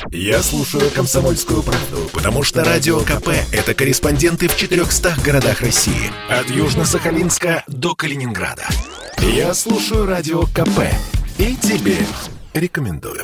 Я слушаю «Комсомольскую правду», потому что Радио КП – это корреспонденты в 400 городах России. От Южно-Сахалинска до Калининграда. Я слушаю Радио КП и тебе рекомендую.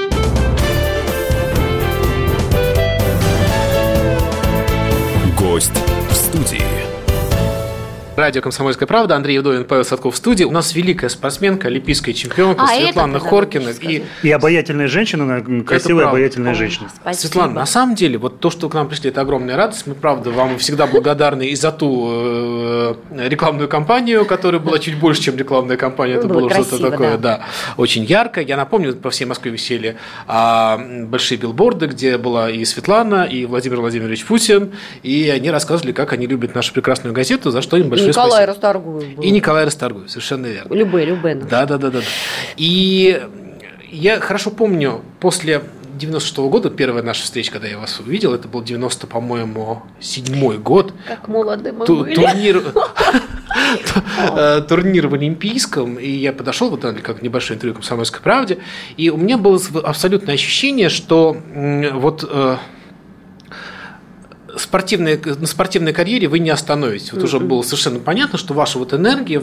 Гость в студии. Радио «Комсомольская правда», Андрей Евдовин, Павел Садков в студии. У нас великая спортсменка, олимпийская чемпионка Светлана Хоркина. И обаятельная женщина, красивая обаятельная женщина. Спасибо. Светлана, на самом деле, вот то, что к нам пришли, это огромная радость. Мы, правда, вам всегда благодарны и за ту рекламную кампанию, которая была чуть больше, чем рекламная кампания. Это было что-то такое, да, очень яркое. Я напомню, по всей Москве висели большие билборды, где была и Светлана, и Владимир Владимирович Путин, и они рассказывали, как они любят нашу прекрасную газету, за что им большое Николай Расторгуев был. И Николай Расторгуев, совершенно верно. Любэ. Да. И я хорошо помню, после 96-го года, первая наша встреча, когда я вас увидел, это был 90, по-моему, 7-й год. Как молоды мы были. Турнир в Олимпийском, и я подошел, вот как небольшое интервью «Комсомольской правде», и у меня было абсолютное ощущение, что вот... на спортивной карьере вы не остановитесь. Вот уже было совершенно понятно, что ваша вот энергия,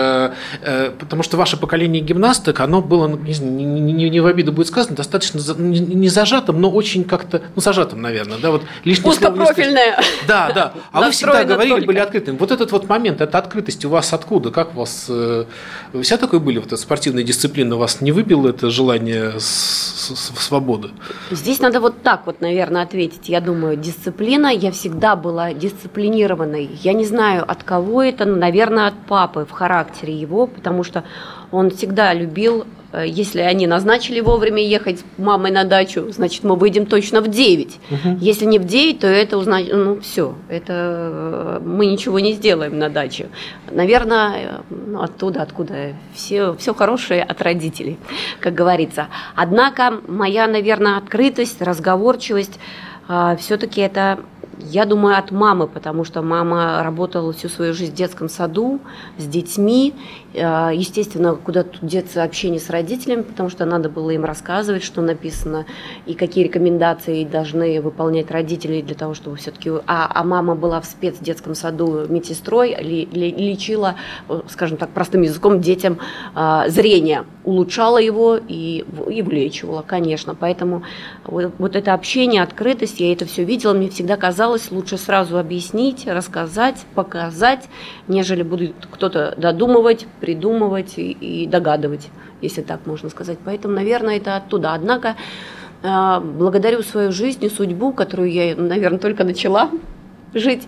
потому что ваше поколение гимнасток, оно было, не в обиду будет сказано, достаточно не зажатым, но очень как-то, зажатым, наверное, да, вот лишнее узкопрофильное. Да. А вы всегда говорили, были открытыми. Вот этот вот момент, эта открытость у вас откуда? Как у вас? Вы всегда такой были? Вот эта спортивная дисциплина у вас не выбила это желание свободы? Здесь надо вот так вот, наверное, ответить. Я думаю, дисциплина. Я всегда была дисциплинированной. Я не знаю, от кого это, но, наверное, от папы в характере его, потому что он всегда любил, если они назначили вовремя ехать с мамой на дачу, значит, мы выйдем точно в 9. Если не в 9, то это все, это мы ничего не сделаем на даче. Наверное, оттуда, откуда все хорошее от родителей, как говорится. Однако моя, наверное, открытость, разговорчивость, все-таки это... Я думаю, от мамы, потому что мама работала всю свою жизнь в детском саду с детьми. Естественно, куда тут деться общение с родителями, потому что надо было им рассказывать, что написано и какие рекомендации должны выполнять родители для того, чтобы все-таки... А мама была в спецдетском саду медсестрой, лечила, скажем так, простым языком, детям зрение, улучшала его и вылечивала, конечно. Поэтому вот это общение, открытость, я это все видела, мне всегда казалось, лучше сразу объяснить, рассказать, показать, нежели будет кто-то додумывать, придумывать и догадывать, если так можно сказать. Поэтому, наверное, это оттуда. Однако, благодарю свою жизнь и судьбу, которую я, наверное, только начала жить,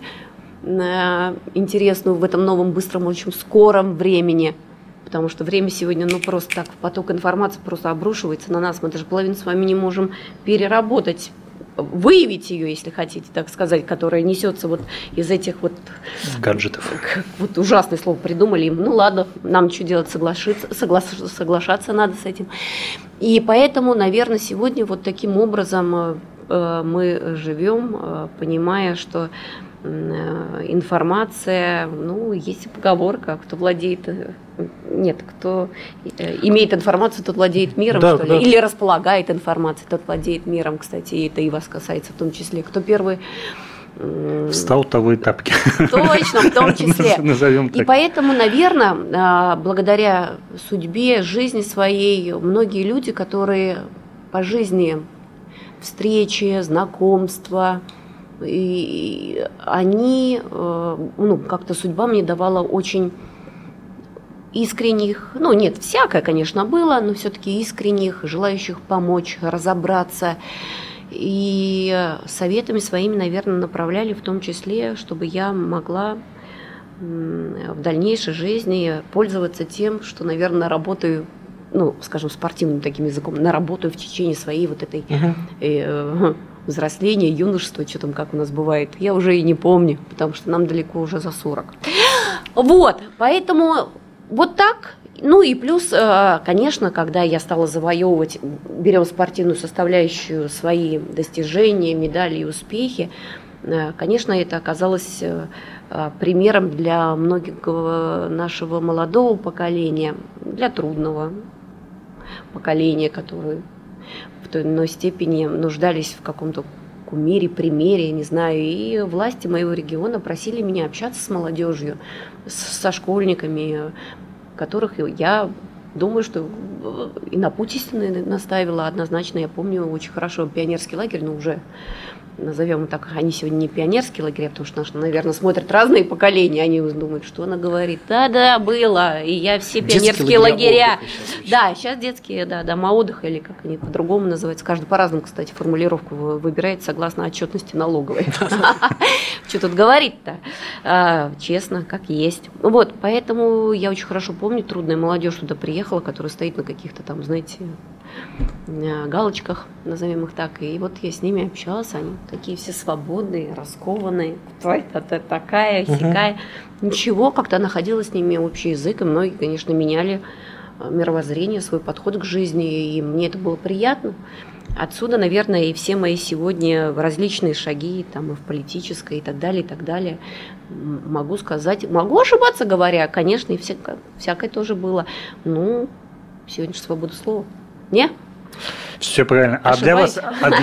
интересную в этом новом, быстром, очень скором времени, потому что время сегодня, просто так, поток информации просто обрушивается на нас, мы даже половину с вами не можем переработать, выявить ее, если хотите так сказать, которая несется вот из этих вот гаджетов. Вот ужасное слово придумали им. Ладно, нам что делать, соглашаться надо с этим. И поэтому, наверное, сегодня вот таким образом мы живем, понимая, что информация, есть поговорка, кто имеет информацию, тот владеет миром, да, что ли, или располагает информацией, тот владеет миром, кстати, и это и вас касается в том числе. Кто первый встал, того и тапки. Точно, в том числе. Назовем так. И поэтому, наверное, благодаря судьбе, жизни своей, многие люди, которые по жизни встречи, знакомства, и они, как-то судьба мне давала очень искренних, нет, всякое, конечно, было, но все-таки искренних, желающих помочь, разобраться. И советами своими, наверное, направляли в том числе, чтобы я могла в дальнейшей жизни пользоваться тем, что, наверное, работаю, скажем, спортивным таким языком, наработаю в течение своей вот этой взросления, юношества, что там, как у нас бывает, я уже и не помню, потому что нам далеко уже за 40. Вот, поэтому вот так. И плюс, конечно, когда я стала завоевывать, берем спортивную составляющую, свои достижения, медали и успехи, конечно, это оказалось примером для многого нашего молодого поколения, для трудного поколения, которое в той или иной степени нуждались в каком-то кумире, примере, не знаю, и власти моего региона просили меня общаться с молодежью, со школьниками, которых я думаю, что и на путь истины наставила однозначно. Я помню очень хорошо пионерский лагерь, но уже назовем так, они сегодня не пионерские лагеря, потому что, наверное, смотрят разные поколения, они думают, что она говорит. Да, было, и я все пионерские лагеря. Да, сейчас детские, дома отдыха, или как они по-другому называются. Каждый по-разному, кстати, формулировку выбирает согласно отчетности налоговой. Что тут говорить-то? Честно, как есть. Вот, поэтому я очень хорошо помню, трудная молодежь туда приехала, которая стоит на каких-то там, знаете, галочках, назовем их так. И вот я с ними общалась, они такие все свободные, раскованные. Ты такая, сякая. Ничего, как-то находила с ними общий язык, и многие, конечно, меняли мировоззрение, свой подход к жизни, и мне это было приятно. Отсюда, наверное, и все мои сегодня различные шаги, там, и в политической, и так далее, могу сказать, могу ошибаться, говоря, конечно, и всякое тоже было. Ну, сегодня же свобода слова. Не? Все правильно. А для вас,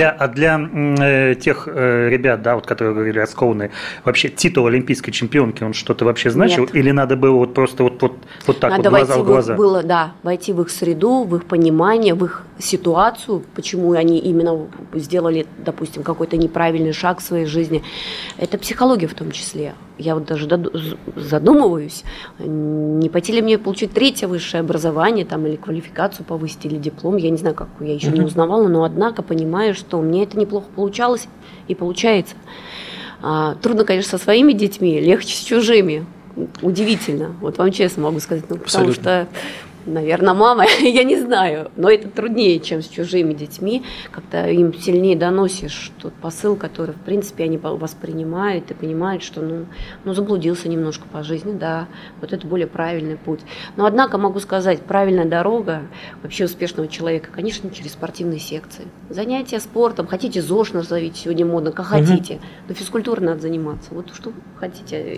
для тех ребят, да, вот, которые говорили раскованные, вообще титул олимпийской чемпионки, он что-то вообще значил? Нет. Или надо было вот просто вот так надо вот глаза в глаза? Войти в их среду, в их понимание, в их ситуацию, почему они именно сделали, допустим, какой-то неправильный шаг в своей жизни. Это психология в том числе. Я вот даже задумываюсь, не пойти ли мне получить 3-е высшее образование, там, или квалификацию повысить, или диплом, я не знаю, как я еще не узнавала, но однако понимаю, что мне это неплохо получалось и получается. Трудно, конечно, со своими детьми, легче с чужими. Удивительно. Вот вам честно могу сказать, потому что, наверное, мама, я не знаю, но это труднее, чем с чужими детьми. Как-то им сильнее доносишь тот посыл, который, в принципе, они воспринимают и понимают, что, заблудился немножко по жизни, да, вот это более правильный путь. Но, однако, могу сказать, правильная дорога вообще успешного человека, конечно, через спортивные секции. Занятия спортом, хотите ЗОЖ назовите, сегодня модно, как хотите, но физкультурой надо заниматься. Вот что хотите.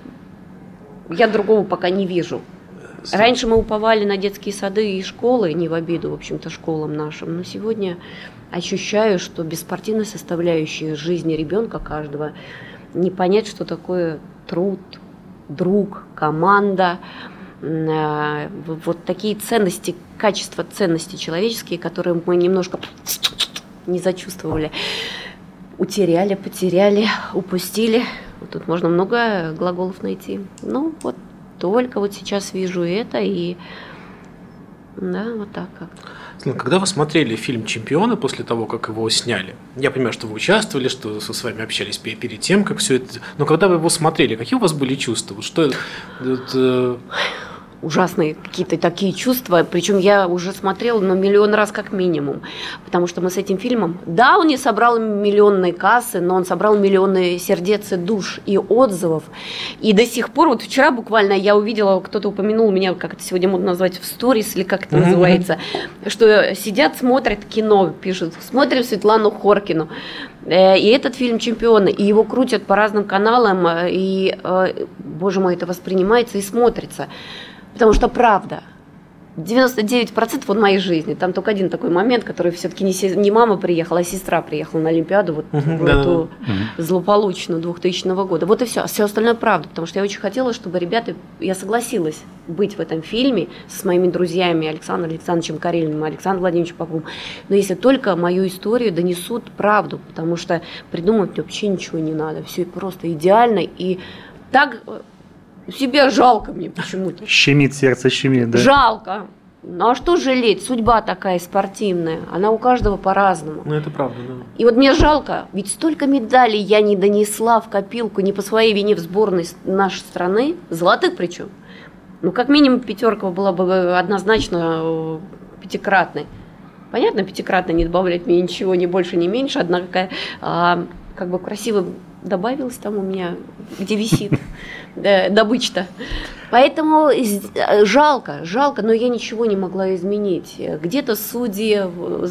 Я другого пока не вижу. Раньше мы уповали на детские сады и школы, не в обиду, в общем-то, школам нашим, но сегодня ощущаю, что без спортивной составляющей жизни ребенка каждого не понять, что такое труд, друг, команда, вот такие ценности, качества ценностей человеческие, которые мы немножко не зачувствовали, утеряли, потеряли, упустили. Вот тут можно много глаголов найти. Только вот сейчас вижу это, и да, вот так как. Когда вы смотрели фильм «Чемпионы» после того, как его сняли, я понимаю, что вы участвовали, что с вами общались перед тем, как все это. Но когда вы его смотрели, какие у вас были чувства? Ужасные какие-то такие чувства, причем я уже смотрела, миллион раз как минимум, потому что мы с этим фильмом, да, он не собрал миллионные кассы, но он собрал миллионы сердец и душ и отзывов, и до сих пор, вот вчера буквально я увидела, кто-то упомянул меня, как это сегодня можно назвать, в сторис, или как это называется, что сидят, смотрят кино, пишут, смотрим Светлану Хоркину, и этот фильм «Чемпионы», и его крутят по разным каналам, и, боже мой, это воспринимается и смотрится. Потому что правда, 99% от моей жизни, там только один такой момент, который все-таки не мама приехала, а сестра приехала на Олимпиаду, вот в эту злополучную 2000 года. Вот и все. А все остальное правда, потому что я очень хотела, чтобы ребята, я согласилась быть в этом фильме с моими друзьями Александром Александровичем Карелиным, Александром Владимировичем Поповым, но если только мою историю донесут правду, потому что придумать вообще ничего не надо, все просто идеально и так... Себе жалко мне почему-то. Щемит сердце, щемит, да? Жалко. Ну а что жалеть? Судьба такая спортивная. Она у каждого по-разному. Ну это правда, да. И вот мне жалко, ведь столько медалей я не донесла в копилку не по своей вине в сборной нашей страны, золотых причем. Как минимум 5 была бы однозначно 5-кратной. Понятно, 5-кратной не добавлять мне ничего, ни больше, ни меньше, однако как бы красиво добавилось там у меня, где висит добыча-то. Поэтому жалко, но я ничего не могла изменить. Где-то судьи,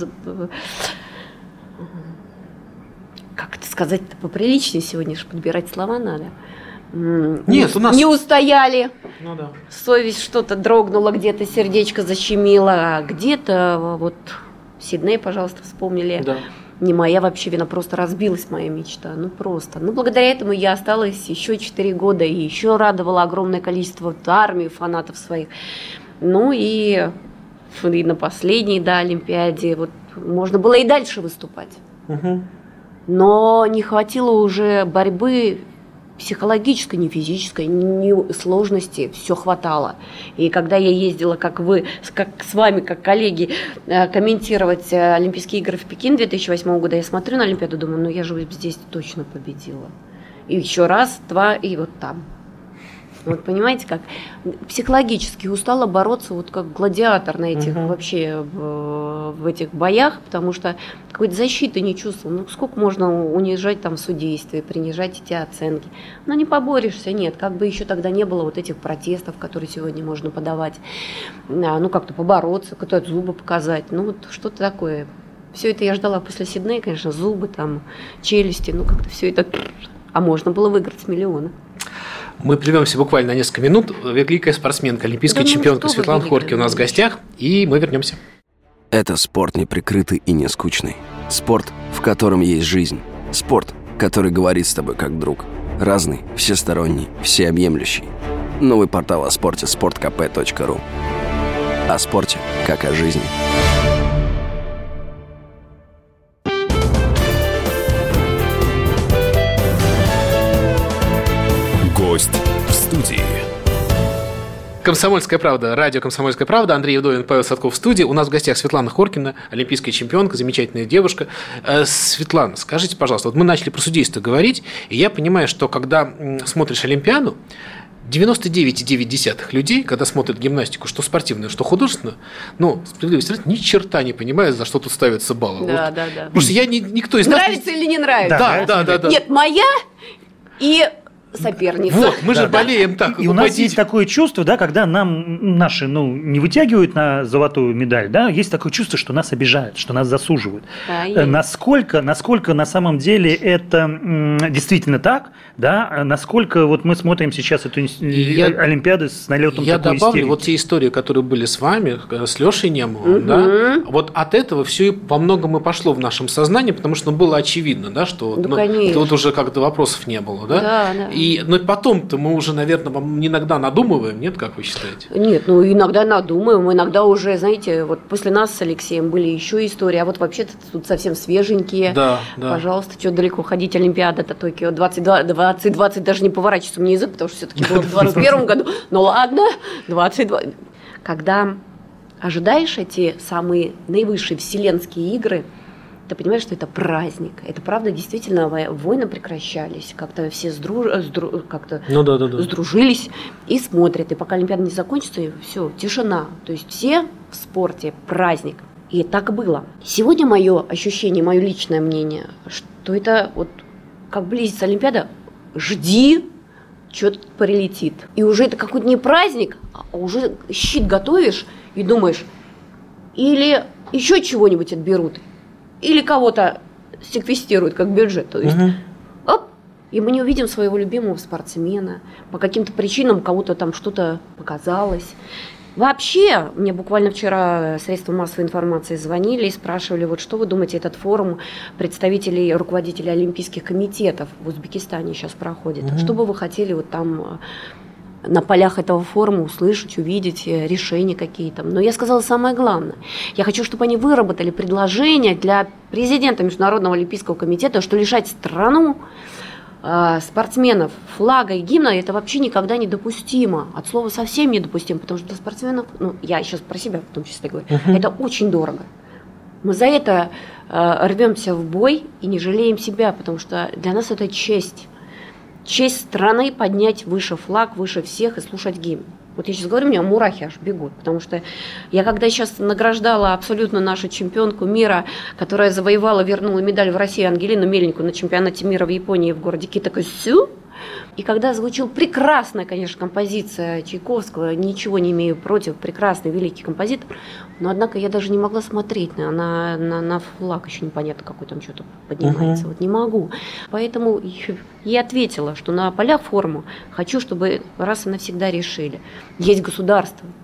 как это сказать-то поприличнее сегодня, же подбирать слова надо. Нет, у нас... Не устояли, да. Совесть что-то дрогнула, где-то сердечко защемило, а где-то вот Сидней, пожалуйста, вспомнили. Да. Не моя вообще вина, просто разбилась моя мечта. Просто. Благодаря этому я осталась еще 4 года и еще радовала огромное количество армию фанатов своих. И на последней, Олимпиаде можно было и дальше выступать. Угу. Но не хватило уже борьбы психологической, не физической, ни сложности, все хватало. И когда я ездила, как с вами, как коллеги, комментировать Олимпийские игры в Пекине 2008 года, я смотрю на Олимпиаду, думаю, я же здесь точно победила. И еще раз, 2, и там. Понимаете, как психологически устала бороться, как гладиатор на этих вообще в этих боях, потому что какой-то защиты не чувствовал. Сколько можно унижать там судейство, принижать эти оценки? Не поборешься, нет. Как бы еще тогда не было этих протестов, которые сегодня можно подавать. Как-то побороться, как-то зубы показать. Что-то такое. Все это я ждала после Сиднея, конечно, зубы, челюсти, как-то все это. А можно было выиграть миллионы. Мы прервемся буквально на несколько минут. Великая спортсменка, олимпийская чемпионка Светлана Хорки у нас в гостях, и мы вернемся. Это спорт неприкрытый и не скучный. Спорт, в котором есть жизнь. Спорт, который говорит с тобой как друг. Разный, всесторонний, всеобъемлющий. Новый портал о спорте – sportkp.ru. О спорте, как о жизни. Гость в студии. «Комсомольская правда», радио «Комсомольская правда», Андрей Евдовин, Павел Садков в студии. У нас в гостях Светлана Хоркина, олимпийская чемпионка, замечательная девушка. Светлана, скажите, пожалуйста, мы начали про судейство говорить, и я понимаю, что когда смотришь Олимпиаду, 99,9 людей, когда смотрят гимнастику, что спортивную, что художественную, справедливости ради, ни черта не понимают, за что тут ставятся баллы. Да. Потому что никто из нас... Нравится или не нравится? Да. Нет, моя и соперница. Мы же болеем так. И у нас есть такое чувство, когда нам наши, не вытягивают на золотую медаль, есть такое чувство, что нас обижают, что нас засуживают. Насколько на самом деле это действительно так, насколько мы смотрим сейчас эту Олимпиаду с налетом такой истерики. Я добавлю те истории, которые были с вами, с Лешей Немовым, от этого все и во многом и пошло в нашем сознании, потому что было очевидно, что тут уже как-то вопросов не было, Да. Но потом-то мы уже, наверное, иногда надумываем, нет, как вы считаете? Нет, иногда надумаем, иногда уже, знаете, после нас с Алексеем были еще истории, а вообще-то тут совсем свеженькие. Да. Пожалуйста, что далеко ходить, Олимпиада-то Токио 2020, даже не поворачивается мне язык, потому что все-таки было в 2021 году. Ладно, 22. Когда ожидаешь эти самые наивысшие вселенские игры, ты понимаешь, что это праздник. Это правда, действительно, войны прекращались. Как-то все сдружились и смотрят. И пока Олимпиада не закончится, все, тишина. То есть все в спорте, праздник. И так и было. Сегодня мое ощущение, мое личное мнение, что это как близится Олимпиада, жди, что-то прилетит. И уже это какой-то не праздник, а уже щит готовишь и думаешь, или еще чего-нибудь отберут, или кого-то секвестируют как бюджет. То есть, и мы не увидим своего любимого спортсмена. По каким-то причинам кому-то там что-то показалось. Вообще, мне буквально вчера средства массовой информации звонили и спрашивали, что вы думаете, этот форум представителей, руководителей олимпийских комитетов в Узбекистане сейчас проходит. Что бы вы хотели там на полях этого форума услышать, увидеть решения какие-то. Но я сказала самое главное. Я хочу, чтобы они выработали предложение для президента Международного олимпийского комитета, что лишать страну спортсменов флага и гимна, это вообще никогда недопустимо. От слова совсем недопустимо, потому что для спортсменов, я сейчас про себя в том числе говорю, это очень дорого. Мы за это рвемся в бой и не жалеем себя, потому что для нас это честь. Честь страны поднять выше флаг, выше всех и слушать гимн. Я сейчас говорю, у меня мурахи аж бегут, потому что я когда сейчас награждала абсолютно нашу чемпионку мира, которая завоевала, вернула медаль в России, Ангелину Мельнику на чемпионате мира в Японии в городе Китакусю, и когда звучала прекрасная, конечно, композиция Чайковского, ничего не имею против, прекрасный, великий композитор, но, однако, я даже не могла смотреть на флаг, еще непонятно, какой там что-то поднимается, не могу. Поэтому я ответила, что на полях форума хочу, чтобы раз и навсегда решили. Есть государство,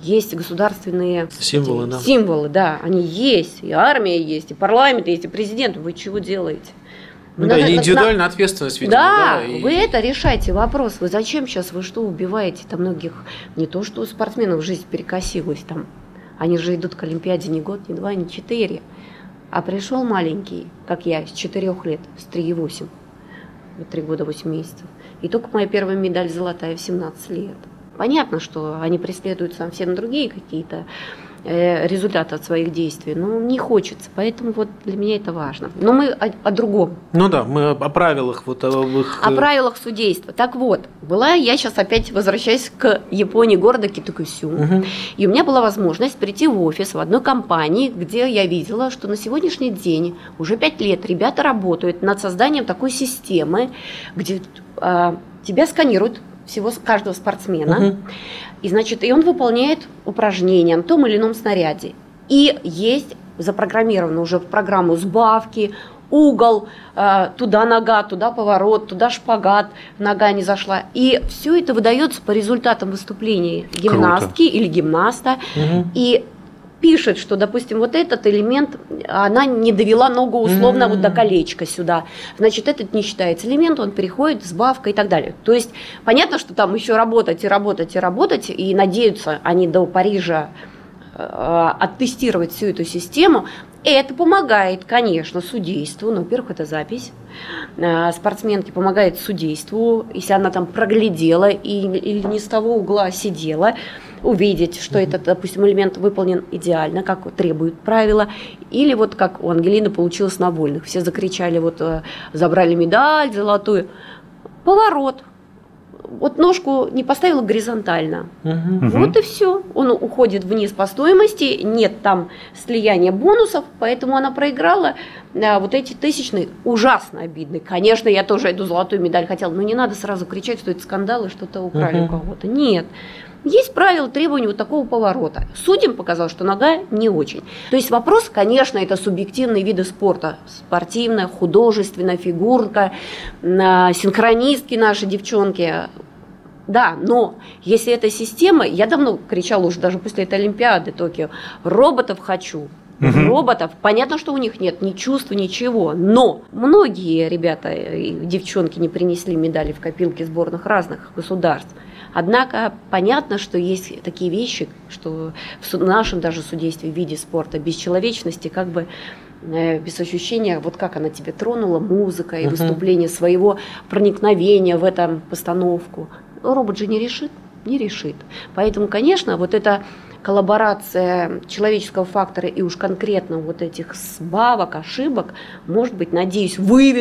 есть государственные символы, да, они есть, и армия есть, и парламент есть, и президент. Вы чего делаете? И индивидуальная ответственность, видимо. Да, вы это решайте вопрос. Вы зачем сейчас, вы что, убиваете там многих, не то что у спортсменов жизнь перекосилась там, они же идут к Олимпиаде не год, не два, не 4. А пришел маленький, как я, с 4 лет, с 3,8, 3 года 8 месяцев. И только моя первая медаль золотая в 17 лет. Понятно, что они преследуют совсем другие какие-то результаты от своих действий, но не хочется, поэтому вот для меня это важно. Но мы о другом. Ну да, мы о правилах. О правилах судейства. Так вот, я сейчас опять возвращаюсь к Японии, города Китокусю, и у меня была возможность прийти в офис в одной компании, где я видела, что на сегодняшний день уже 5 лет ребята работают над созданием такой системы, где тебя сканируют, каждого спортсмена, и он выполняет упражнения на том или ином снаряде. И есть запрограммировано уже в программу сбавки, угол, туда нога, туда поворот, туда шпагат, нога не зашла. И все это выдается по результатам выступления гимнастки или гимнаста. И пишет, что, допустим, вот этот элемент, она не довела ногу условно вот до колечка сюда. Значит, этот не считается элемент, он переходит, сбавка и так далее. То есть понятно, что там еще работать, и надеются они до Парижа оттестировать всю эту систему. И это помогает, конечно, судейству. Ну, во-первых, это запись. Спортсменке помогает судейству, если она там проглядела или не с того угла сидела, увидеть, что этот, допустим, элемент выполнен идеально, как требуют правила, или вот как у Ангелины получилось на вольных. Все закричали, забрали медаль золотую. Поворот. Вот ножку не поставила горизонтально. Вот и все. Он уходит вниз по стоимости, нет там слияния бонусов, поэтому она проиграла вот эти тысячные. Ужасно обидный. Конечно, я тоже эту золотую медаль хотела, но не надо сразу кричать, что это скандал и что-то украли у кого-то. Нет. Есть правила требования вот такого поворота. Судьям показалось, что нога не очень. То есть вопрос, конечно, это субъективные виды спорта. Спортивная, художественная, фигурка, синхронистки наши девчонки. Да, но если эта система, я давно кричала уже даже после этой Олимпиады Токио, роботов хочу. Роботов, понятно, что у них нет ни чувств, ничего, но многие ребята и девчонки не принесли медали в копилки сборных разных государств. Однако понятно, что есть такие вещи, что в нашем даже судействе в виде спорта без человечности, как бы без ощущения, вот как она тебя тронула, музыка и выступление своего проникновения в эту постановку. Робот же не решит. Поэтому, конечно, вот эта коллаборация человеческого фактора и уж конкретно вот этих сбавок, ошибок, может быть, надеюсь,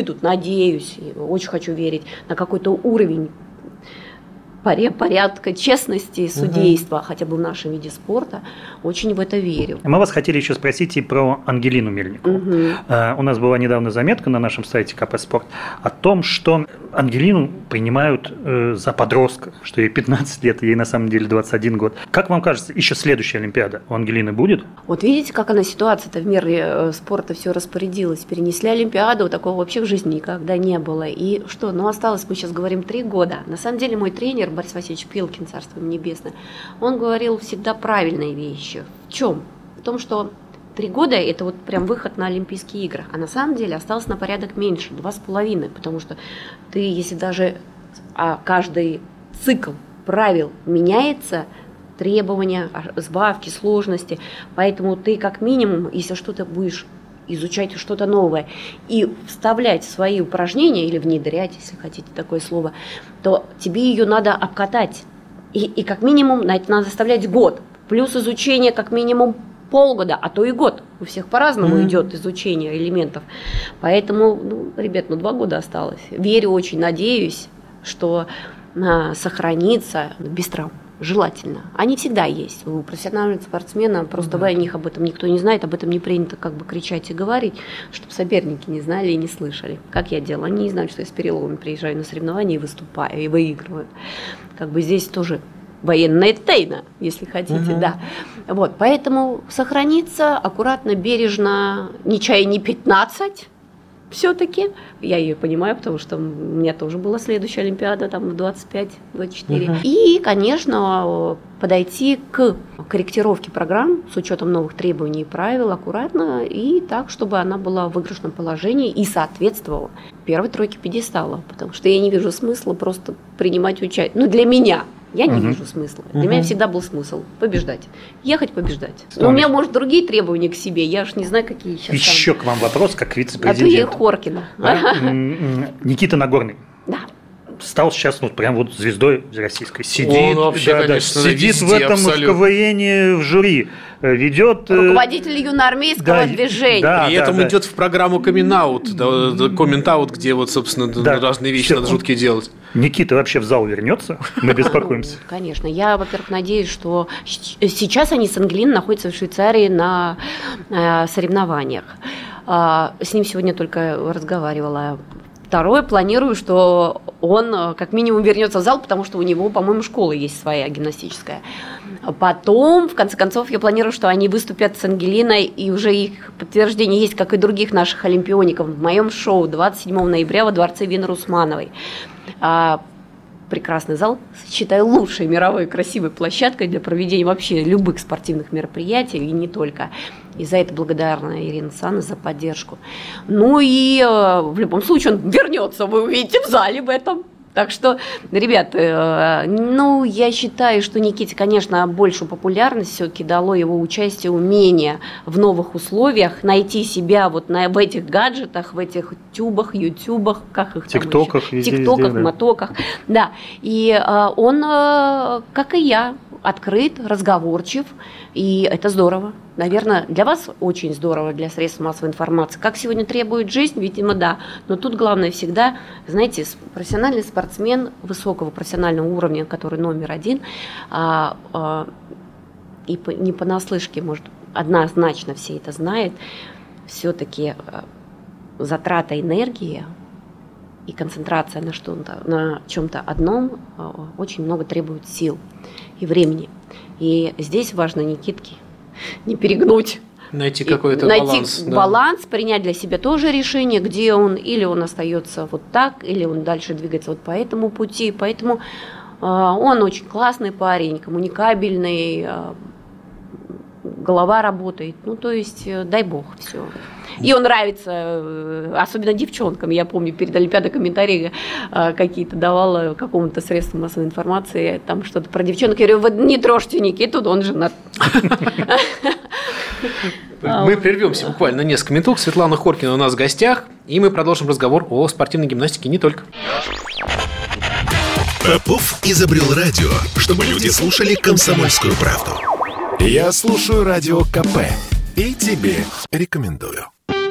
очень хочу верить, на какой-то уровень порядка, честности, судейства, хотя бы в нашем виде спорта, очень в это верю. Мы вас хотели еще спросить и про Ангелину Мельникову. У нас была недавно заметка на нашем сайте КП Спорт о том, что Ангелину принимают за подростка, что ей 15 лет, ей на самом деле 21 год. Как вам кажется, еще следующая Олимпиада у Ангелины будет? Вот видите, как она ситуация-то в мире спорта все распорядилась. Перенесли Олимпиаду, такого вообще в жизни никогда не было. И что, осталось, мы сейчас говорим, 3 года. На самом деле мой тренер Борис Васильевич Пилкин, царство ему небесное, он говорил всегда правильные вещи. В чем? В том, что 3 года – это вот прям выход на Олимпийские игры. А на самом деле осталось на порядок меньше, 2,5. Потому что ты, если даже каждый цикл правил меняется, требования, сбавки, сложности, поэтому ты как минимум, если что-то будешь изучать что-то новое и вставлять в свои упражнения или внедрять, если хотите такое слово, то тебе ее надо обкатать. И как минимум на это надо оставлять год. Плюс изучение как минимум полгода, а то и год. У всех по-разному идет изучение элементов. Поэтому, ребят, 2 года осталось. Верю очень, надеюсь, что сохранится без травм. Желательно. Они всегда есть. У профессиональных спортсменов, просто о них об этом никто не знает, об этом не принято кричать и говорить, чтобы соперники не знали и не слышали. Как я делала? Они не знают, что я с переломами приезжаю на соревнования и выступаю, и выигрываю. Здесь тоже военная тайна, если хотите, да. Вот, поэтому сохраниться аккуратно, бережно, не чая не 15, все-таки. Я ее понимаю, потому что у меня тоже была следующая Олимпиада, там, в 25-24. И, конечно, подойти к корректировке программ с учетом новых требований и правил аккуратно, и так, чтобы она была в выигрышном положении и соответствовала первой тройке пьедестала. Потому что я не вижу смысла просто принимать участие. Ну, для меня. Я не вижу смысла. Для меня всегда был смысл побеждать. Ехать побеждать. Но у меня, может, другие требования к себе. Я уж не знаю, какие сейчас. Еще там. К вам вопрос, как вице-президент. А ты Хоркина. Никита Нагорный. Да. Стал сейчас прям звездой российской. Сидит, он вообще, конечно, сидит везде, в этом абсолютно. в КВН в жюри, ведет... Руководитель юноармейского движения. Да, и этому идет в программу коммент-аут, где вот, собственно, разные вещи надо жуткие делать. Никита вообще в зал вернется? Мы беспокоимся. Конечно. Я, во-первых, надеюсь, что сейчас они с Ангелиной находятся в Швейцарии на соревнованиях. С ним сегодня только разговаривала. Второе, планирую, что он как минимум вернется в зал, потому что у него, по-моему, школа есть своя гимнастическая. Потом, в конце концов, я планирую, что они выступят с Ангелиной, и уже их подтверждение есть, как и других наших олимпиоников, в моем шоу 27 ноября во дворце Венеры Усмановой. Прекрасный зал, считаю, лучшей мировой красивой площадкой для проведения вообще любых спортивных мероприятий, и не только. И за это благодарна Ирина Санна за поддержку. Ну и в любом случае он вернется, вы увидите в зале в этом. Так что, ребят, я считаю, что Никите, конечно, большую популярность все-таки дало его участие, умение в новых условиях найти себя вот в этих гаджетах, в этих тюбах, ютубах, как их тиктоках, там еще? Тиктоках, мотоках. Да, и он, как и я, открыт, разговорчив, и это здорово. Наверное, для вас очень здорово, для средств массовой информации. Как сегодня требует жизнь, видимо, да. Но тут главное всегда, знаете, профессиональный спортсмен высокого профессионального уровня, который номер один, и не понаслышке, может, однозначно все это знают, все-таки затрата энергии и концентрация на чем-то одном очень много требует сил и времени. И здесь важно Никитке не перегнуть. Найти какой-то баланс, принять для себя тоже решение, где он, или он остается вот так, или он дальше двигается вот по этому пути. Поэтому он очень классный парень, коммуникабельный, голова работает. Ну, то есть, дай бог, все. И он нравится, особенно девчонкам. Я помню, перед Олимпиадой комментарии какие-то давала какому-то средству массовой информации, там что-то про девчонок. Я говорю, вы не трожьте Никиту, он женат. Мы прервемся буквально на несколько минут. Светлана Хоркина у нас в гостях, и мы продолжим разговор о спортивной гимнастике не только. Попов изобрел радио, чтобы люди слушали «Комсомольскую правду». Я слушаю радио КП и тебе рекомендую.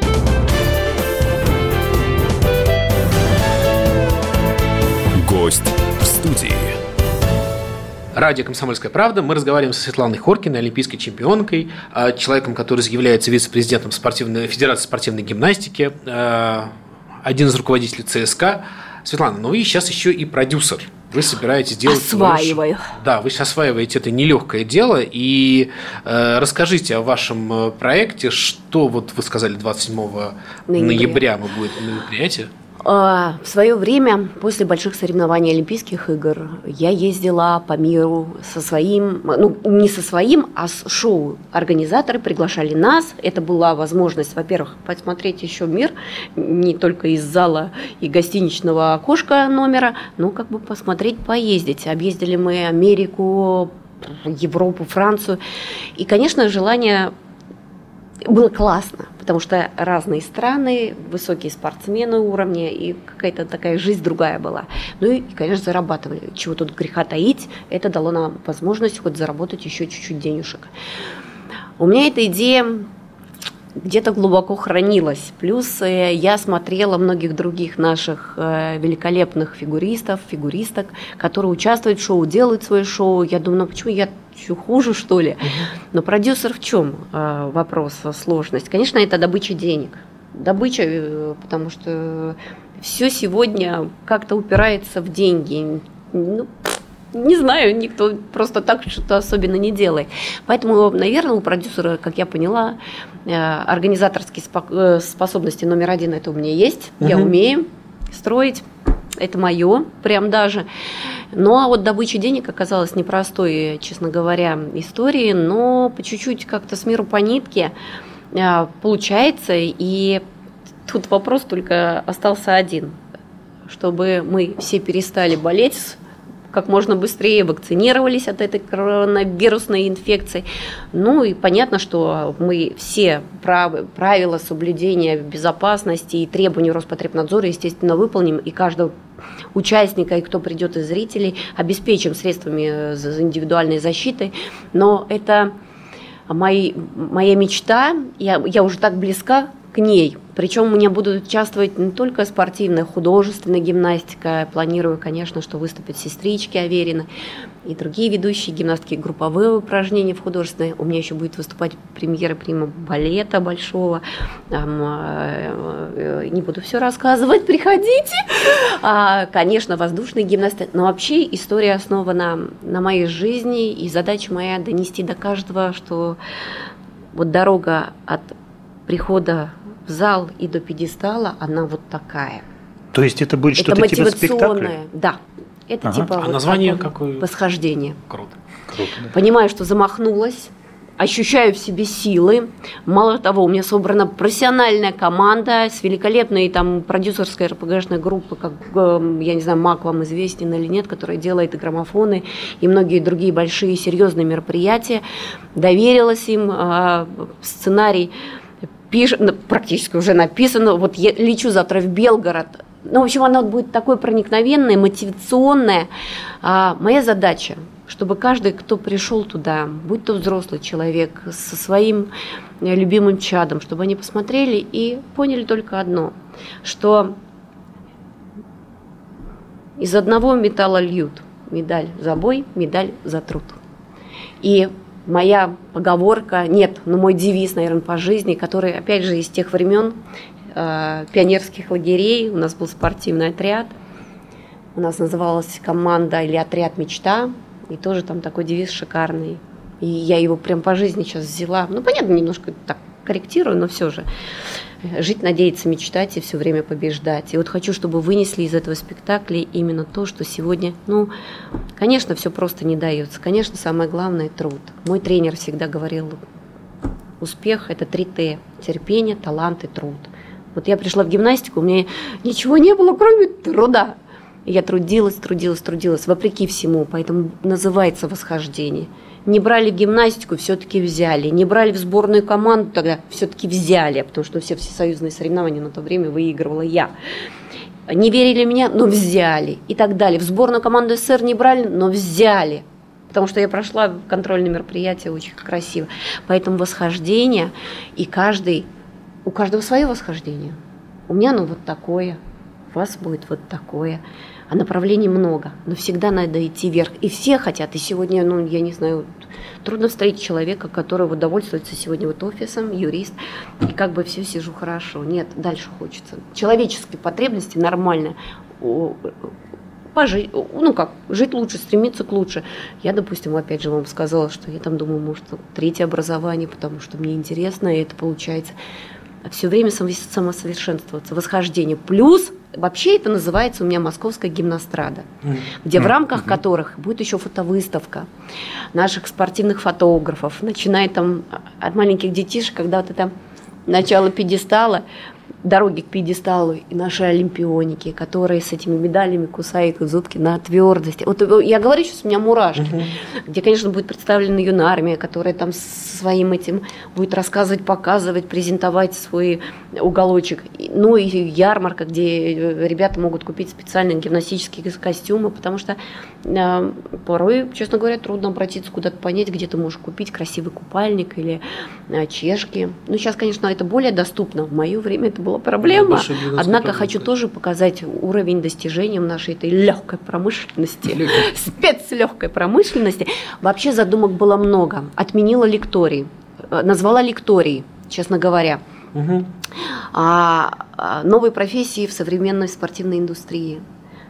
Гость в студии. Радио «Комсомольская правда». Мы разговариваем со Светланой Хоркиной, олимпийской чемпионкой, человеком, который является вице-президентом Федерации спортивной гимнастики, один из руководителей ЦСКА. Светлана, ну и сейчас еще и продюсер. Вы собираетесь делать... Осваиваю. Да, вы сейчас осваиваете это нелегкое дело. И расскажите о вашем проекте, что вот вы сказали 27 ноября будет мероприятие. В свое время, после больших соревнований Олимпийских игр, я ездила по миру со своим, не со своим, а с шоу. Организаторы приглашали нас. Это была возможность, во-первых, посмотреть еще мир, не только из зала и гостиничного окошка номера, но как бы посмотреть, поездить. Объездили мы Америку, Европу, Францию. И, конечно, желание... Было классно, потому что разные страны, высокие спортсмены уровня, и какая-то такая жизнь другая была. Ну и, конечно, зарабатывали. Чего тут греха таить, это дало нам возможность хоть заработать еще чуть-чуть денежек. У меня эта идея где-то глубоко хранилась. Плюс я смотрела многих других наших великолепных фигуристок, которые участвуют в шоу, делают свое шоу. Я думаю, почему я еще хуже, что ли? Но продюсер в чем вопрос, сложность? Конечно, это добыча денег. Добыча, потому что все сегодня как-то упирается в деньги. Не знаю, никто просто так что-то особенно не делает. Поэтому, наверное, у продюсера, как я поняла, организаторские способности номер один это у меня есть. Я умею строить. Это мое, прям даже. Ну, а вот добыча денег оказалась непростой, честно говоря, историей, но по чуть-чуть как-то с миру по нитке получается. И тут вопрос только остался один. Чтобы мы все перестали болеть, как можно быстрее вакцинировались от этой коронавирусной инфекции. Ну и понятно, что мы все правила соблюдения безопасности и требований Роспотребнадзора, естественно, выполним, и каждого участника, и кто придет из зрителей, обеспечим средствами индивидуальной защиты. Но это моя мечта, я уже так близка к ней. Причем у меня будут участвовать не только спортивная, художественная гимнастика. Я планирую, конечно, что выступят сестрички Аверины и другие ведущие гимнастки, групповые упражнения в художественной. У меня еще будет выступать премьера балета большого. Не буду все рассказывать, приходите. Конечно, воздушная гимнастика. Но вообще история основана на моей жизни, и задача моя донести до каждого, что вот дорога от прихода в зал и до пьедестала, она вот такая. То есть это будет что-то типа спектакля? Да. Это типа вот название какое? Восхождение. Круто. Да. Понимаю, что замахнулась, ощущаю в себе силы. Мало того, у меня собрана профессиональная команда с великолепной там продюсерской РПГшной группы, как, я не знаю, МАК вам известен или нет, которая делает и граммофоны, и многие другие большие серьезные мероприятия. Доверилась им, сценарий практически уже написано. Вот я лечу завтра в Белгород. Ну, в общем, оно будет такое проникновенное, мотивационное. Моя задача, чтобы каждый, кто пришел туда, будь то взрослый человек со своим любимым чадом, чтобы они посмотрели и поняли только одно, что из одного металла льют медаль за бой, медаль за труд. И моя поговорка, мой девиз, наверное, по жизни, который, опять же, из тех времен пионерских лагерей. У нас был спортивный отряд, у нас называлась команда или отряд «Мечта», и тоже там такой девиз шикарный. И я его прям по жизни сейчас взяла. Ну, понятно, немножко так корректирую, но все же. Жить, надеяться, мечтать и все время побеждать. И вот хочу, чтобы вынесли из этого спектакля именно то, что сегодня, конечно, все просто не дается. Конечно, самое главное – труд. Мой тренер всегда говорил, успех – это 3 Т – терпение, талант и труд. Вот я пришла в гимнастику, у меня ничего не было, кроме труда. Я трудилась, вопреки всему, поэтому называется восхождение. Не брали в гимнастику, все-таки взяли. Не брали в сборную команду, тогда все-таки взяли, потому что все всесоюзные соревнования на то время выигрывала я. Не верили в меня, но взяли и так далее. В сборную команду СССР не брали, но взяли, потому что я прошла контрольное мероприятие очень красиво. Поэтому восхождение, и у каждого свое восхождение. У меня вот такое, у вас будет вот такое. А направлений много, но всегда надо идти вверх. И все хотят. И сегодня, я не знаю, трудно встретить человека, который удовольствуется сегодня офисом, юрист, и как бы все сижу хорошо. Нет, дальше хочется. Человеческие потребности нормально. Пожить, жить лучше, стремиться к лучше. Я, допустим, опять же вам сказала, что я там думаю, может, 3-е образование, потому что мне интересно, и это получается. Все время самосовершенствоваться, восхождение. Плюс, вообще это называется у меня Московская гимнастрада, где в рамках которых будет еще фотовыставка наших спортивных фотографов, начиная там от маленьких детишек, когда вот это начало пьедестала, дороги к пьедесталу, и наши олимпионики, которые с этими медалями кусают зубки на твердости. Вот я говорю, сейчас у меня мурашки, где, конечно, будет представлена юная армия, которая там своим этим будет рассказывать, показывать, презентовать свой уголочек. Ну и ярмарка, где ребята могут купить специальные гимнастические костюмы, потому что порой, честно говоря, трудно обратиться куда-то, понять, где ты можешь купить красивый купальник или чешки. Ну, сейчас, конечно, это более доступно. В мое время это была проблема. Однако хочу тоже показать уровень достижений нашей этой легкой промышленности, спецлегкой промышленности. Вообще задумок было много. Отменила лекторий, назвала лекторий, честно говоря. Новые профессии в современной спортивной индустрии.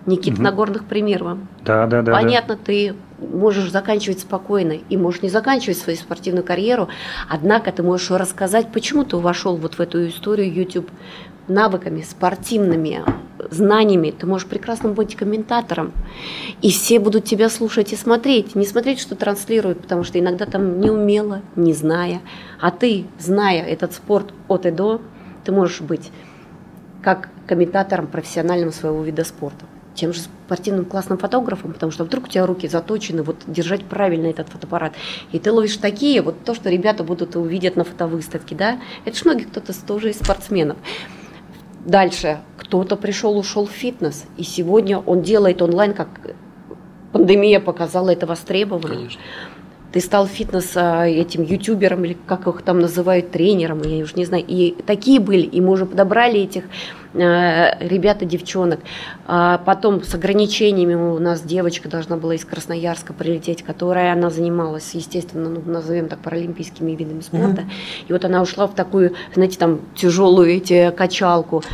Никита Нагорных пример вам. Да. Понятно, ты можешь заканчивать спокойно и можешь не заканчивать свою спортивную карьеру, однако ты можешь рассказать, почему ты вошел вот в эту историю YouTube навыками, спортивными знаниями. Ты можешь прекрасно быть комментатором, и все будут тебя слушать и смотреть. Не смотреть, что транслируют, потому что иногда там неумело, не зная. А ты, зная этот спорт от и до, ты можешь быть как комментатором профессиональным своего вида спорта. Тем же спортивным классным фотографом, потому что вдруг у тебя руки заточены, вот держать правильно этот фотоаппарат. И ты ловишь такие, вот то, что ребята будут увидеть на фотовыставке, да, это ж многие кто-то тоже из спортсменов. Дальше кто-то пришел, ушел в фитнес, и сегодня он делает онлайн, как пандемия показала, это востребовано. Конечно. Ты стал фитнес этим ютубером, или как их там называют, тренером, я уже не знаю. И такие были, и мы уже подобрали этих ребят и девчонок. Потом с ограничениями у нас девочка должна была из Красноярска прилететь, которая она занималась, естественно, назовем так, паралимпийскими видами спорта. И вот она ушла в такую, знаете, там тяжелую качалку.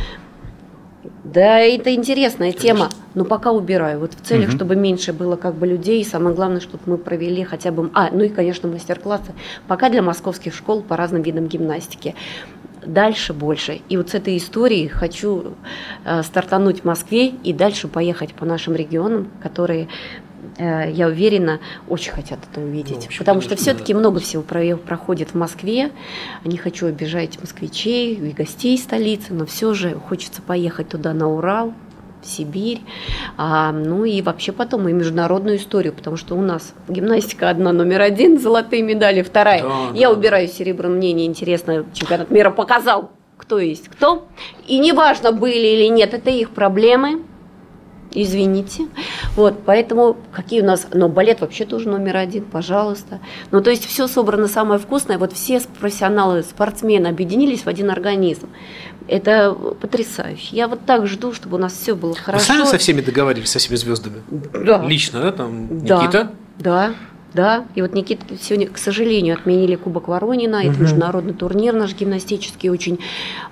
Да, это интересная тема, но пока убираю. Вот в целях, чтобы меньше было как бы людей, и самое главное, чтобы мы провели хотя бы... ну и, конечно, мастер-классы. Пока для московских школ по разным видам гимнастики. Дальше больше. И вот с этой историей хочу стартануть в Москве и дальше поехать по нашим регионам, которые... я уверена, очень хотят это увидеть. Общем, потому конечно, что все-таки много всего проходит в Москве. Не хочу обижать москвичей и гостей столицы, но все же хочется поехать туда, на Урал, в Сибирь. Ну и вообще потом и международную историю, потому что у нас гимнастика одна, номер один, золотые медали, вторая. Я убираю серебро, мне неинтересно, чемпионат мира показал, кто есть кто. И неважно, были или нет, это их проблемы. Извините. Вот, поэтому какие у нас... Но балет вообще тоже номер один, пожалуйста. Ну, то есть все собрано самое вкусное. Вот все профессионалы, спортсмены объединились в один организм. Это потрясающе. Я вот так жду, чтобы у нас все было хорошо. Вы сами со всеми договорились, со всеми звездами? Да. Лично, да? Там Никита? Да, и вот Никита сегодня, к сожалению, отменили Кубок Воронина, это международный турнир наш гимнастический, очень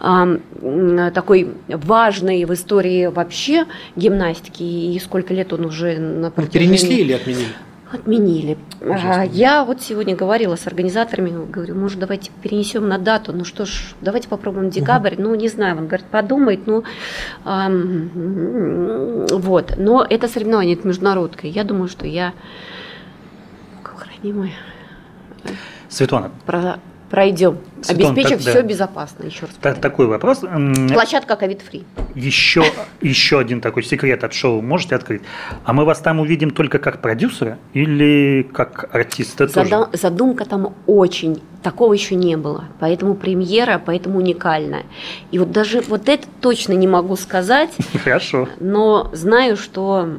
такой важный в истории вообще гимнастики, и сколько лет он уже на протяжении... Перенесли или отменили? Отменили. Я вот сегодня говорила с организаторами, говорю, может, давайте перенесем на дату, ну что ж, давайте попробуем декабрь, ну не знаю, он говорит, подумает, ну вот, но это соревнование, это международное, я думаю, что я... Светлана, пройдем, обеспечив все безопасно. Еще раз такой вопрос. Площадка ковид-фри. Еще один такой секрет от шоу можете открыть? А мы вас там увидим только как продюсера или как артиста тоже? Задумка там очень, такого еще не было. Поэтому премьера, поэтому уникальная. И вот даже вот это точно не могу сказать. Хорошо. Но знаю, что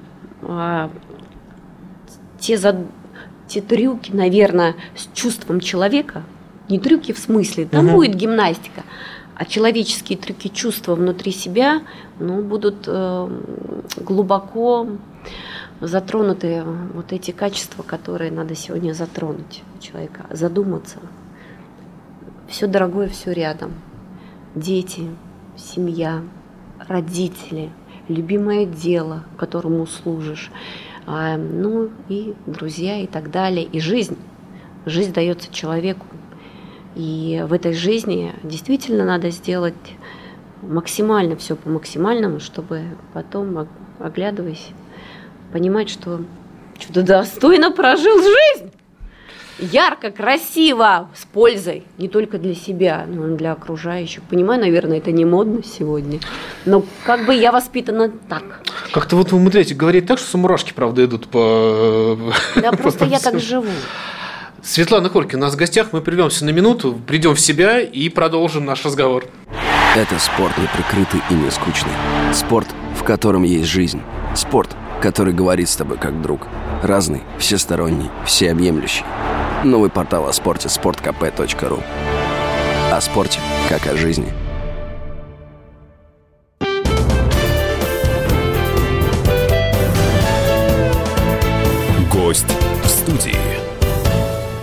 те трюки, наверное, с чувством человека, не трюки в смысле, там будет гимнастика, а человеческие трюки, чувства внутри себя, ну, будут глубоко затронуты вот эти качества, которые надо сегодня затронуть у человека, задуматься. Все дорогое, все рядом. Дети, семья, родители, любимое дело, которому служишь. Ну и друзья и так далее, и жизнь. Жизнь дается человеку. И в этой жизни действительно надо сделать максимально все по максимальному, чтобы потом, оглядываясь, понимать, что что-то достойно прожил жизнь. Ярко, красиво, с пользой, не только для себя, но и для окружающих. Понимаю, наверное, это не модно сегодня, но как бы я воспитана так. Как-то вот вы умудряетесь говорить так, что мурашки, правда, идут по... Да, просто я так живу. Светлана Хорькина у нас в гостях, мы прервемся на минуту, придем в себя и продолжим наш разговор. Это спорт неприкрытый и не скучный. Спорт, в котором есть жизнь. Спорт, который говорит с тобой как друг. Разный, всесторонний, всеобъемлющий. Новый портал о спорте – sportkp.ru. О спорте, как о жизни. Гость в студии.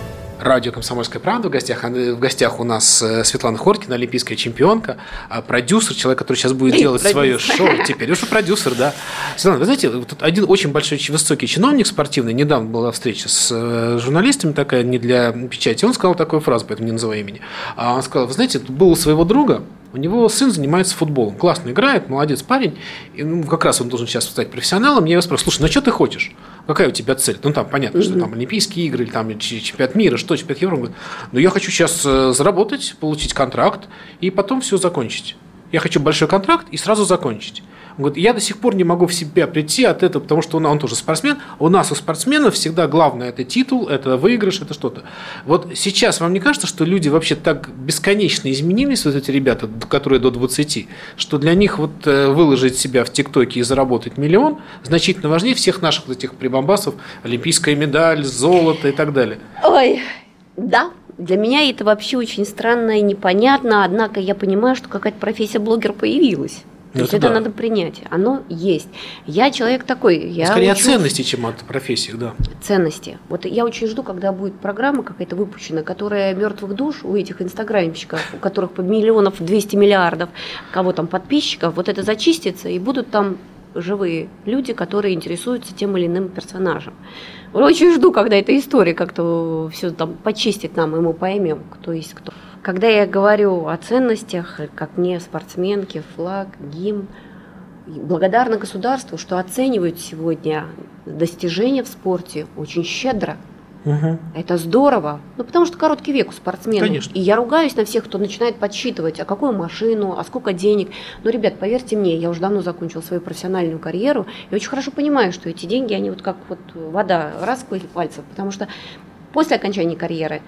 радио «Комсомольская правда» в гостях у нас Светлана Хоркина, олимпийская чемпионка, продюсер, человек, который сейчас будет делать свое шоу. Теперь уже продюсер, да. Светлана, вы знаете, тут один очень большой, высокий чиновник спортивный, недавно была встреча с журналистами такая, не для печати, он сказал такую фразу, поэтому не называю имени. Он сказал, вы знаете, был у своего друга, у него сын занимается футболом, классно играет, молодец парень, и, как раз он должен сейчас стать профессионалом. Я его спрашиваю, слушай, что ты хочешь? Какая у тебя цель? Там понятно, что там Олимпийские игры, или там чемпионат мира, чемпионат Европы. Он говорит, я хочу сейчас заработать, получить контракт и потом все закончить. Я хочу большой контракт и сразу закончить. Он говорит, я до сих пор не могу в себя прийти от этого, потому что он тоже спортсмен. У нас, у спортсменов, всегда главное – это титул, это выигрыш, это что-то. Вот сейчас вам не кажется, что люди вообще так бесконечно изменились, вот эти ребята, которые до 20, что для них вот выложить себя в ТикТоке и заработать миллион значительно важнее всех наших вот этих прибамбасов, олимпийская медаль, золото и так далее? Ой, да. Для меня это вообще очень странно и непонятно, однако я понимаю, что какая-то профессия блогера появилась. То есть это надо принять. Оно есть. Я человек такой. Я скорее о ценности, чем о профессиях, да. Ценности. Вот я очень жду, когда будет программа какая-то выпущена, которая мертвых душ у этих инстаграмщиков, у которых по 200 миллиардов, кого там подписчиков, вот это зачистится, и будут там живые люди, которые интересуются тем или иным персонажем. Очень жду, когда эта история как-то все там почистит нам, и мы поймем, кто есть кто. Когда я говорю о ценностях, как мне, спортсменке, флаг, гимн, благодарна государству, что оценивают сегодня достижения в спорте очень щедро. Угу. Это здорово. Потому что короткий век у спортсменов. Конечно. И я ругаюсь на всех, кто начинает подсчитывать, а какую машину, а сколько денег. Но, ребят, поверьте мне, я уже давно закончила свою профессиональную карьеру и очень хорошо понимаю, что эти деньги, они вот как вот вода, раз в пальцев. Потому что после окончания карьеры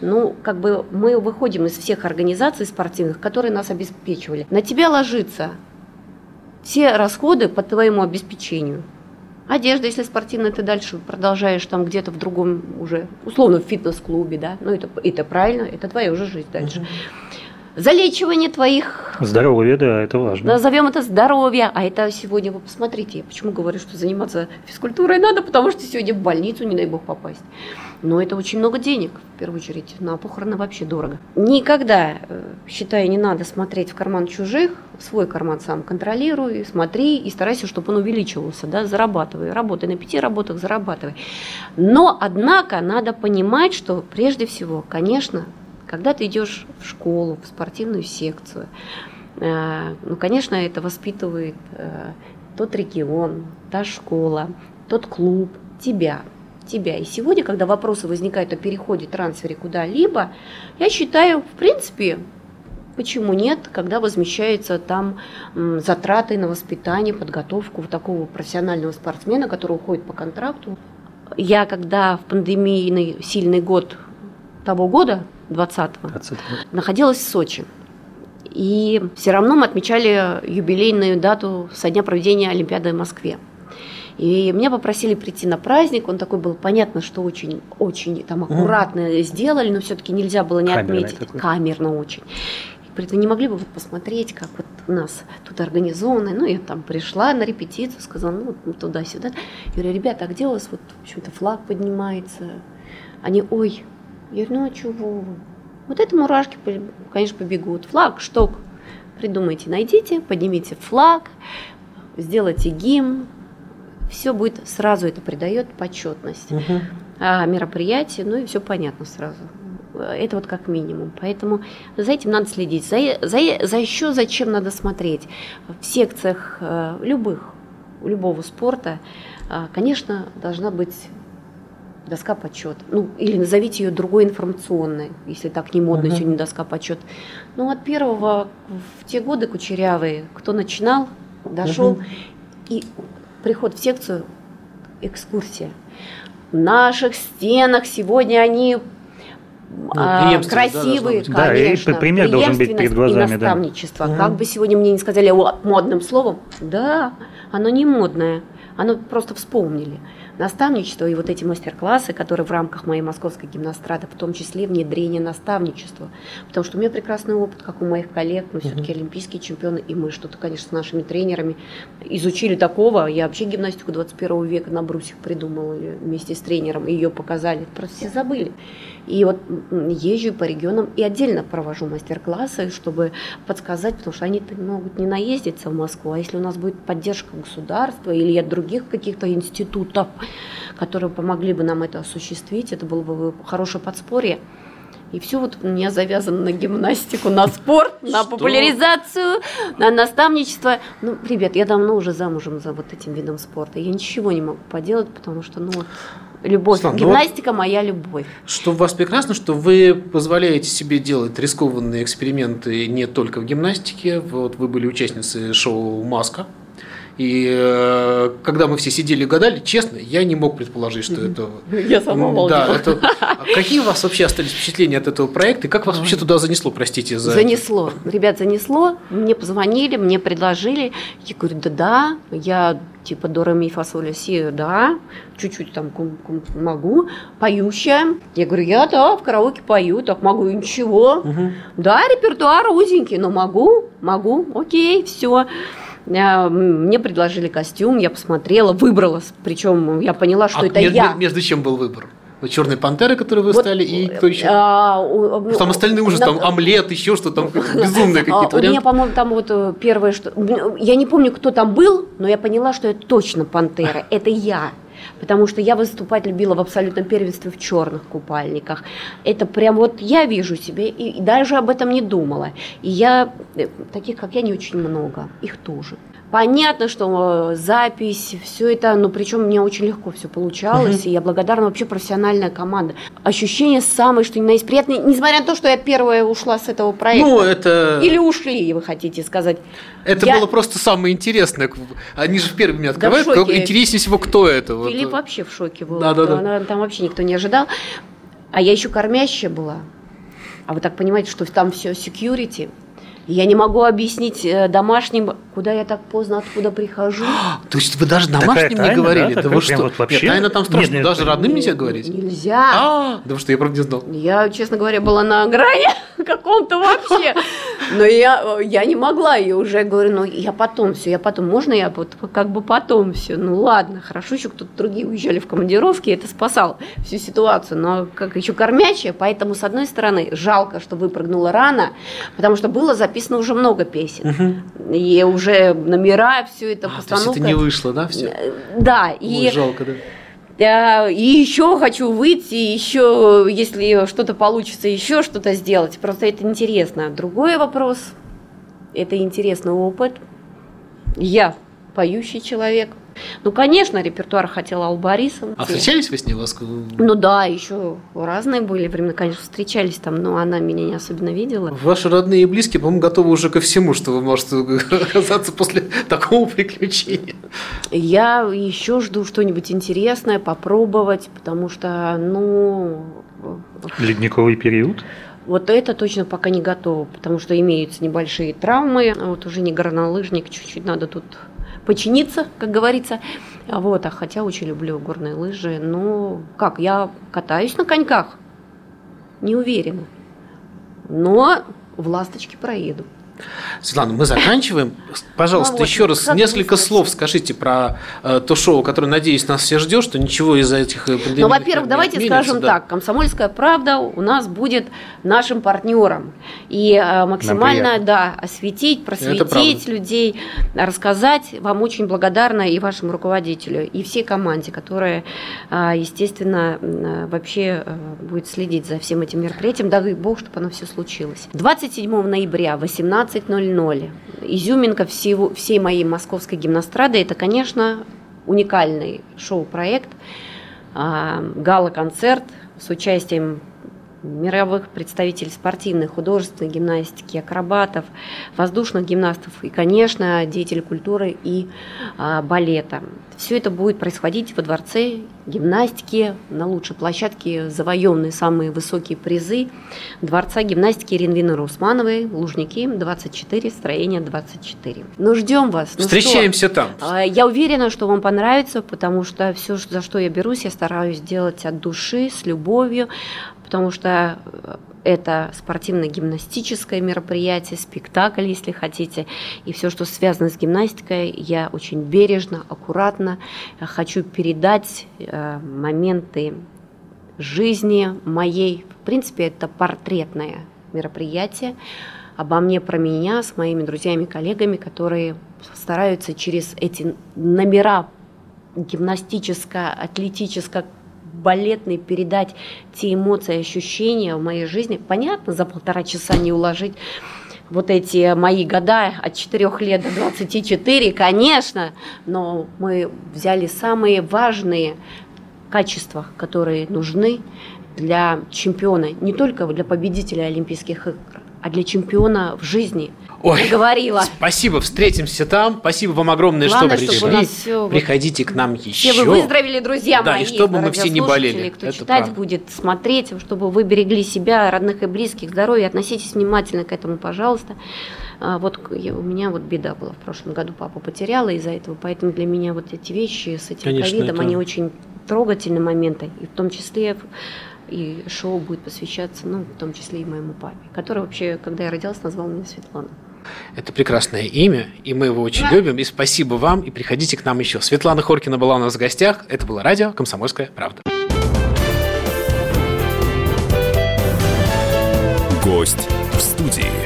мы выходим из всех организаций спортивных, которые нас обеспечивали. На тебя ложится все расходы по твоему обеспечению. Одежда, если спортивная, ты дальше продолжаешь там где-то в другом уже, условно, в фитнес-клубе, да, это правильно, это твоя уже жизнь дальше. Залечивание твоих... Здоровье, да, это важно. Назовем это здоровье, а это сегодня, вы посмотрите, я почему говорю, что заниматься физкультурой надо, потому что сегодня в больницу, не дай бог, попасть. Но это очень много денег, в первую очередь, на похороны вообще дорого. Никогда, считаю, не надо смотреть в карман чужих, свой карман сам контролируй, смотри и старайся, чтобы он увеличивался, да, зарабатывай, работай на 5 работах, зарабатывай. Но, однако, надо понимать, что прежде всего, конечно, когда ты идешь в школу, в спортивную секцию, конечно, это воспитывает тот регион, та школа, тот клуб, тебя. И сегодня, когда вопросы возникают о переходе, трансфере куда-либо, я считаю, в принципе, почему нет, когда возмещаются там затраты на воспитание, подготовку вот такого профессионального спортсмена, который уходит по контракту. Я, когда в пандемийный сильный год того года, 2020-го, находилась в Сочи. И все равно мы отмечали юбилейную дату со дня проведения Олимпиады в Москве. И меня попросили прийти на праздник, он такой был, понятно, что очень там аккуратно сделали, но все-таки нельзя было не отметить. Камерно очень. Говорит, вы не могли бы посмотреть, как вот у нас тут организовано? Я там пришла на репетицию, сказала, туда-сюда. Я говорю, ребята, а где у вас вот почему-то флаг поднимается? Они, ой. Я говорю, а чего вы? Вот это мурашки, конечно, побегут. Флаг, шток. Придумайте, найдите, поднимите флаг, сделайте гимн. Все будет, сразу это придает почетность. А мероприятие, и все понятно сразу. Это вот как минимум. Поэтому за этим надо следить. Еще зачем надо смотреть? В секциях любого спорта, конечно, должна быть доска почета. Или назовите ее другой информационной, если так не модно сегодня доска почета. От первого в те годы кучерявые, кто начинал, дошел, и приход в секцию, экскурсия. В наших стенах сегодня они красивые, да, конечно. Да, и пример должен быть перед глазами. И наставничество. Да. Как бы сегодня мне не сказали модным словом, да, оно не модное. Оно просто вспомнили. Наставничество и вот эти мастер-классы, которые в рамках моей московской гимнастрады, в том числе внедрение наставничества. Потому что у меня прекрасный опыт, как у моих коллег, мы все-таки олимпийские чемпионы, и мы что-то, конечно, с нашими тренерами изучили такого. Я вообще гимнастику 21 века на брусьях придумала вместе с тренером, и ее показали. Просто все забыли. И вот езжу по регионам и отдельно провожу мастер-классы, чтобы подсказать, потому что они могут не наездиться в Москву, а если у нас будет поддержка государства или от других каких-то институтов, которые помогли бы нам это осуществить, это было бы хорошее подспорье. И все вот у меня завязано на гимнастику, на спорт, на популяризацию, на наставничество. Ну, ребят, я давно уже замужем за вот этим видом спорта. Я ничего не могу поделать, потому что, любовь. Слава, гимнастика моя любовь. Что у вас прекрасно, что вы позволяете себе делать рискованные эксперименты не только в гимнастике. Вот вы были участницей шоу «Маска». И когда мы все сидели и гадали, честно, я не мог предположить, что это... Я сама волнила. Какие у вас вообще остались впечатления от этого проекта? И как вас вообще туда занесло, простите за... Занесло. Ребят, занесло. Мне позвонили, мне предложили. Я говорю, да, я типа до ре ми фа соль ля си, да, чуть-чуть там могу, поющая. Я говорю, в караоке пою, так могу, ничего. Да, репертуар узенький, но могу, окей, все. Мне предложили костюм, я посмотрела, выбрала, причем я поняла, что это я. Между чем был выбор? «Черные пантеры», которые вы стали, и кто еще? Там остальные уже, там «Омлет», еще что-то, там безумные какие-то варианты. У меня, по-моему, там вот первое, что... Я не помню, кто там был, но я поняла, что это точно пантера, это я. Потому что я выступать любила в абсолютном первенстве в черных купальниках. Это прям вот я вижу себя и даже об этом не думала. И таких, как я, не очень много. Их тоже. Понятно, что запись, все это, причем мне очень легко все получалось, и я благодарна вообще профессиональная команда. Ощущение самое, что ни на есть приятное, несмотря на то, что я первая ушла с этого проекта. Или ушли, вы хотите сказать. Это было просто самое интересное. Они же первыми открывают, интереснее всего, кто это. Филипп вообще в шоке был. Да. Там вообще никто не ожидал. А я еще кормящая была. А вы так понимаете, что там все security. Я не могу объяснить домашним, куда я так поздно, откуда прихожу. То есть вы даже домашним не говорили? Да вы что? Нет, тайна там страшно, даже родным нельзя говорить? Нельзя. Да что, я правда не знал. Я, честно говоря, была на грани каком-то вообще. Но я не могла, я уже говорю, я потом, можно я потом все? Ладно, хорошо, еще кто-то другие уезжали в командировки, это спасало всю ситуацию, но как еще кормячая, поэтому, с одной стороны, жалко, что выпрыгнула рано, потому что было записано уже много песен, и уже номера, все это, постановка. То есть это не вышло, да, все? Да. Жалко, да. И еще хочу выйти, еще, если что-то получится, еще что-то сделать. Просто это интересно. Другой вопрос, это интересный опыт. Я поющий человек. Конечно, репертуар хотел Алла Борисовна. А встречались вы с ней? Да, еще разные были времена, конечно, встречались там, но она меня не особенно видела. Ваши родные и близкие, по-моему, готовы уже ко всему, что вы можете оказаться после такого приключения. Я еще жду что-нибудь интересное, попробовать, потому что, Ледниковый период? Вот это точно пока не готово, потому что имеются небольшие травмы. Вот уже не горнолыжник, чуть-чуть надо тут починиться, как говорится. Хотя очень люблю горные лыжи. Я катаюсь на коньках, не уверена. Но в «Ласточке» проеду. Светлана, мы заканчиваем. Пожалуйста, еще раз несколько слов скажите про то шоу, которое, надеюсь, нас все ждет, что ничего из этих пандемий. Во-первых, давайте скажем так. «Комсомольская правда» у нас будет нашим партнером. И максимально осветить, просветить людей, рассказать. Вам очень благодарна и вашему руководителю, и всей команде, которая, естественно, вообще будет следить за всем этим мероприятием. Дай Бог, чтобы оно все случилось. 27 ноября, 18:00. Изюминка всей моей московской гимнастрады – это, конечно, уникальный шоу-проект, гала-концерт с участием мировых представителей спортивной, художественной гимнастики, акробатов, воздушных гимнастов и, конечно, деятелей культуры и балета. Все это будет происходить во Дворце гимнастики, на лучшей площадке, завоеванные самые высокие призы Дворца гимнастики Ирины Владимировны Усмановой, Лужники, 24, строение 24. Ну, ждем вас. Встречаемся там. Я уверена, что вам понравится, потому что все, за что я берусь, я стараюсь делать от души, с любовью, потому что это спортивно-гимнастическое мероприятие, спектакль, если хотите, и все, что связано с гимнастикой, я очень бережно, аккуратно хочу передать моменты жизни моей. В принципе, это портретное мероприятие обо мне, про меня, с моими друзьями, коллегами, которые стараются через эти номера гимнастическо-атлетическо балетный передать те эмоции, ощущения в моей жизни. Понятно, за 1,5 часа не уложить вот эти мои года от 4 лет до 24, конечно, но мы взяли самые важные качества, которые нужны для чемпиона, не только для победителя Олимпийских игр, а для чемпиона в жизни. Ой, я говорила. Спасибо, встретимся там. Спасибо вам огромное, главное, что пришли. Приходите к нам еще. Все вы выздоровели, друзья мои. Да, и чтобы мы все не болели. Кто читать будет, смотреть, чтобы вы берегли себя, родных и близких, здоровья. Относитесь внимательно к этому, пожалуйста. Вот у меня вот беда была в прошлом году, папу потеряла из-за этого, поэтому для меня вот эти вещи с этим ковидом, они очень трогательные моменты, и в том числе и шоу будет посвящаться, в том числе и моему папе, который вообще, когда я родилась, назвал меня Светлана. Это прекрасное имя, и мы его очень любим, и спасибо вам, и приходите к нам еще. Светлана Хоркина была у нас в гостях, это было радио «Комсомольская правда». Гость в студии.